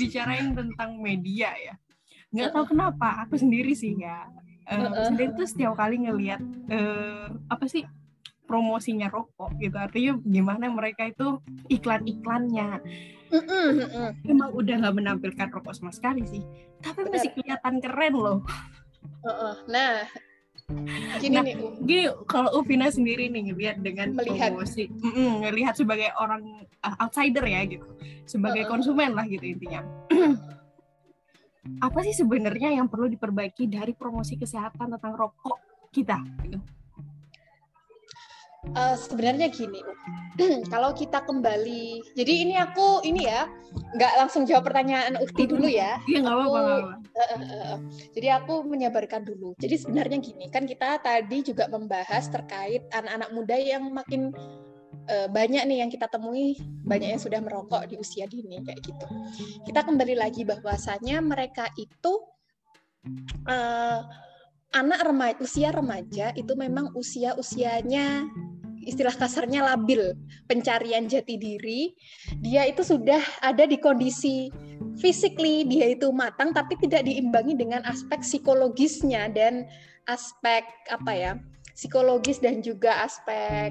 bicarain tentang media ya. Nggak tahu kenapa, aku sendiri sih ya. Sendiri tuh setiap kali ngelihat promosinya rokok gitu, artinya gimana mereka itu iklan-iklannya emang udah nggak menampilkan rokok sama sekali sih, tapi masih kelihatan keren loh. Nah, gini kalau Ufina sendiri nih ngelihat dengan promosi, ngelihat sebagai orang outsider ya gitu, sebagai konsumen lah gitu intinya. Apa sih sebenarnya yang perlu diperbaiki dari promosi kesehatan tentang rokok kita? Sebenarnya gini, kalau kita kembali, jadi ini nggak langsung jawab pertanyaan Ukti dulu ya. Iya, nggak apa-apa. Jadi aku menyabarkan dulu. Jadi sebenarnya gini, kan kita tadi juga membahas terkait anak-anak muda yang makin banyak nih yang kita temui, banyak yang sudah merokok di usia dini kayak gitu. Kita kembali lagi bahwasanya mereka itu anak remaja, usia remaja itu memang usianya istilah kasarnya labil, pencarian jati diri. Dia itu sudah ada di kondisi physically dia itu matang, tapi tidak diimbangi dengan aspek psikologisnya dan aspek psikologis dan juga aspek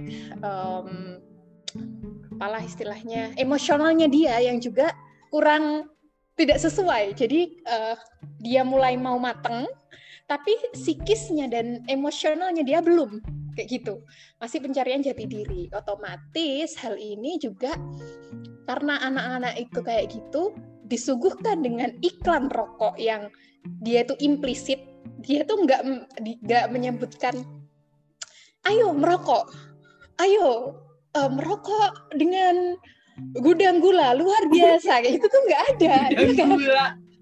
apalah istilahnya emosionalnya dia yang juga kurang tidak sesuai. Jadi dia mulai mau matang, tapi psikisnya dan emosionalnya dia belum kayak gitu, masih pencarian jati diri. Otomatis hal ini juga karena anak-anak itu kayak gitu disuguhkan dengan iklan rokok yang dia tuh implisit, dia tuh nggak menyebutkan ayo merokok, ayo merokok dengan gudang gula luar biasa kayak itu tuh nggak ada. Gula.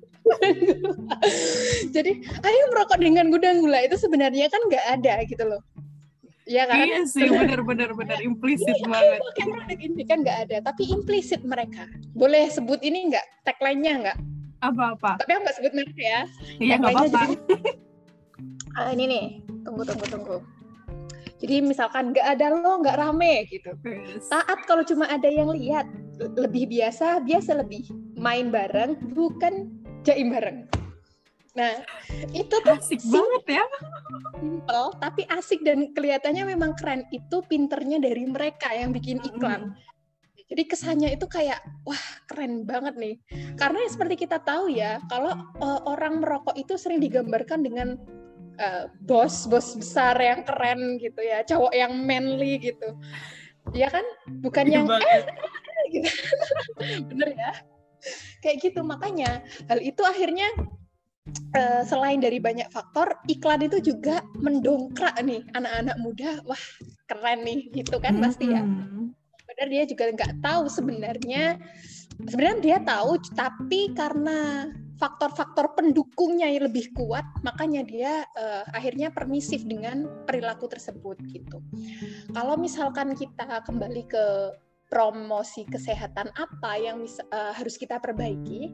Jadi ayo merokok dengan gudang gula itu sebenarnya kan nggak ada gitu loh. Ya kan? Iya sih, benar implisit banget. Kayak produk ini kan nggak ada, tapi implisit mereka. Boleh sebut ini nggak? Tagline-nya nggak? Apa? Tapi aku nggak sebut mereka ya. Iya, nggak apa-apa. Ini nih, tunggu. Jadi misalkan nggak ada lo, nggak rame gitu. Saat kalau cuma ada yang lihat, lebih biasa lebih main bareng, bukan jaim bareng. Nah, itu tuh asik banget ya. Simple, tapi asik dan kelihatannya memang keren. Itu pinternya dari mereka yang bikin iklan. Jadi kesannya itu kayak, wah keren banget nih. Karena seperti kita tahu ya, kalau orang merokok itu sering digambarkan dengan bos besar yang keren gitu ya, cowok yang manly gitu. Ya kan? Bukan yang gitu. Bener ya? Kayak gitu, makanya hal itu akhirnya selain dari banyak faktor, iklan itu juga mendongkrak nih anak-anak muda, wah keren nih gitu kan pasti ya. Padahal dia juga nggak tahu sebenarnya dia tahu, tapi karena faktor-faktor pendukungnya yang lebih kuat, makanya dia akhirnya permisif dengan perilaku tersebut gitu. Kalau misalkan kita kembali ke promosi kesehatan apa yang harus kita perbaiki?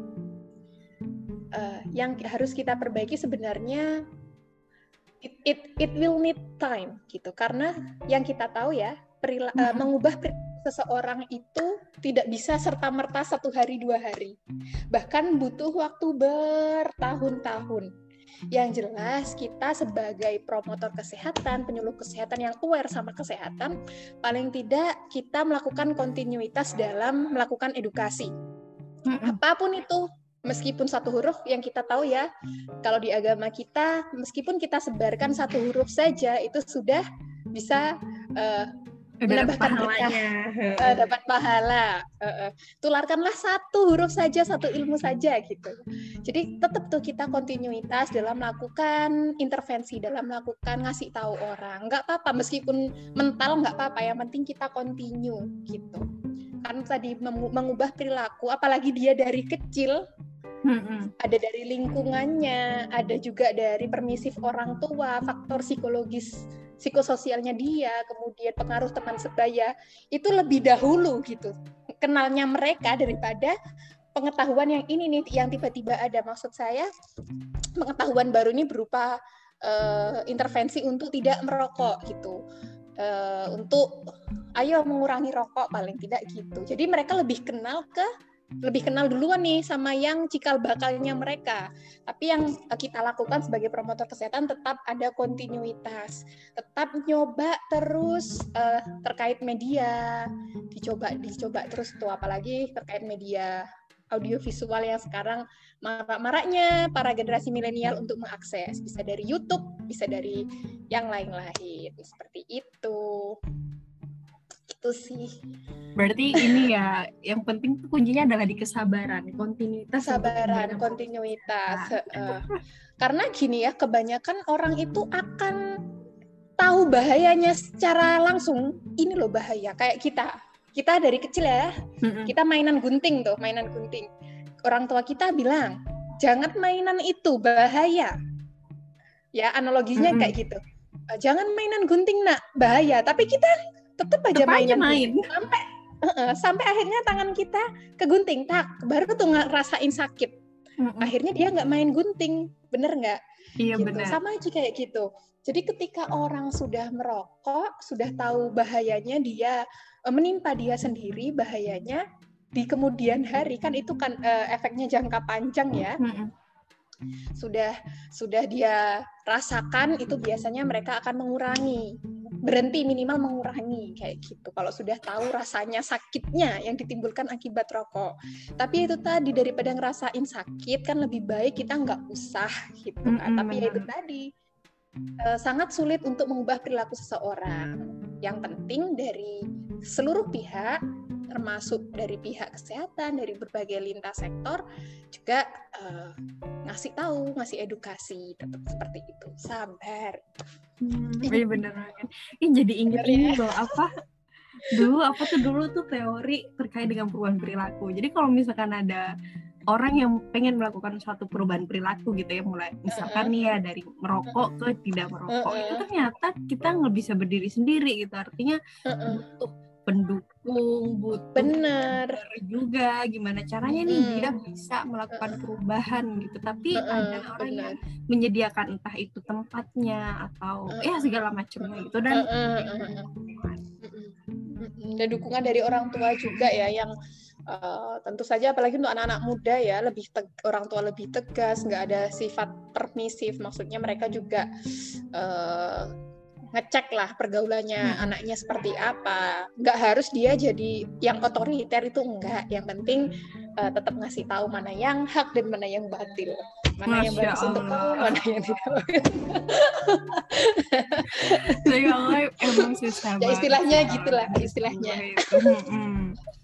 Yang harus kita perbaiki sebenarnya it will need time gitu, karena yang kita tahu ya mengubah seseorang itu tidak bisa serta-merta 1 hari 2 hari, bahkan butuh waktu bertahun-tahun. Yang jelas kita sebagai promotor kesehatan, penyuluh kesehatan yang aware sama kesehatan, paling tidak kita melakukan kontinuitas dalam melakukan edukasi apapun itu. Meskipun 1 huruf yang kita tahu ya, kalau di agama kita, meskipun kita sebarkan 1 huruf saja, itu sudah bisa menambahkan berkah, dapat pahala. Tularkanlah 1 huruf saja, 1 ilmu saja gitu. Jadi tetap tuh kita kontinuitas dalam melakukan intervensi, dalam melakukan ngasih tahu orang. Nggak apa-apa, meskipun mental nggak apa-apa, yang penting kita continue gitu. Kan tadi mengubah perilaku, apalagi dia dari kecil. Ada dari lingkungannya, ada juga dari permisif orang tua, faktor psikososialnya dia, kemudian pengaruh teman sebaya, itu lebih dahulu gitu kenalnya mereka daripada pengetahuan yang ini nih yang tiba-tiba ada. Maksud saya pengetahuan baru ini berupa intervensi untuk tidak merokok gitu, untuk ayo mengurangi rokok paling tidak gitu. Jadi mereka lebih kenal ke lebih kenal duluan nih sama yang cikal bakalnya mereka. Tapi yang kita lakukan sebagai promotor kesehatan tetap ada kontinuitas, tetap nyoba terus terkait media, dicoba terus tuh, apalagi terkait media audiovisual yang sekarang marak-maraknya para generasi milenial untuk mengakses, bisa dari YouTube, bisa dari yang lain-lain, seperti itu. Itu sih. Berarti ini ya, yang penting tuh kuncinya adalah di kesabaran, kontinuitas. Kontinuitas. Karena gini ya, kebanyakan orang itu akan tahu bahayanya secara langsung. Ini loh bahaya. Kayak kita dari kecil ya, kita mainan gunting. Orang tua kita bilang, jangan mainan itu, bahaya. Ya, analoginya kayak gitu. Jangan mainan gunting nak, bahaya. Tapi kita tetap aja main. Sampai akhirnya tangan kita kegunting, baru tuh ngerasain sakit. Akhirnya dia nggak main gunting, bener nggak? Iya gitu. benar. Sama aja kayak gitu. Jadi ketika orang sudah merokok, sudah tahu bahayanya, dia menimpa dia sendiri bahayanya di kemudian hari, kan itu kan efeknya jangka panjang ya. Sudah dia rasakan, itu biasanya mereka akan berhenti minimal mengurangi kayak gitu. Kalau sudah tahu rasanya sakitnya yang ditimbulkan akibat rokok. Tapi itu tadi, daripada ngerasain sakit kan lebih baik kita nggak usah gitu kan. Tapi ya itu tadi, sangat sulit untuk mengubah perilaku seseorang. Yang penting dari seluruh pihak, termasuk dari pihak kesehatan, dari berbagai lintas sektor, juga ngasih edukasi, tetap seperti itu, sabar. Iya bener banget. Jadi inget ini loh, dulu tuh teori terkait dengan perubahan perilaku. Jadi kalau misalkan ada orang yang pengen melakukan suatu perubahan perilaku gitu ya, mulai misalkan nih ya dari merokok ke tidak merokok, itu ternyata kita nggak bisa berdiri sendiri gitu. Artinya butuh pendukung, benar juga gimana caranya nih dia bisa melakukan perubahan gitu. Tapi ada orang yang menyediakan entah itu tempatnya atau ya segala macamnya gitu, dan dukungan dari orang tua juga ya, yang tentu saja apalagi untuk anak-anak muda ya, orang tua lebih tegas, nggak ada sifat permisif, maksudnya mereka juga ngecek lah pergaulannya anaknya seperti apa. Nggak harus dia jadi yang otoriter, itu enggak. Yang penting tetap ngasih tahu mana yang hak dan mana yang batil, mana yang bagus untuk kamu, mana yang tidak. Emang susah ya istilahnya gitulah istilahnya.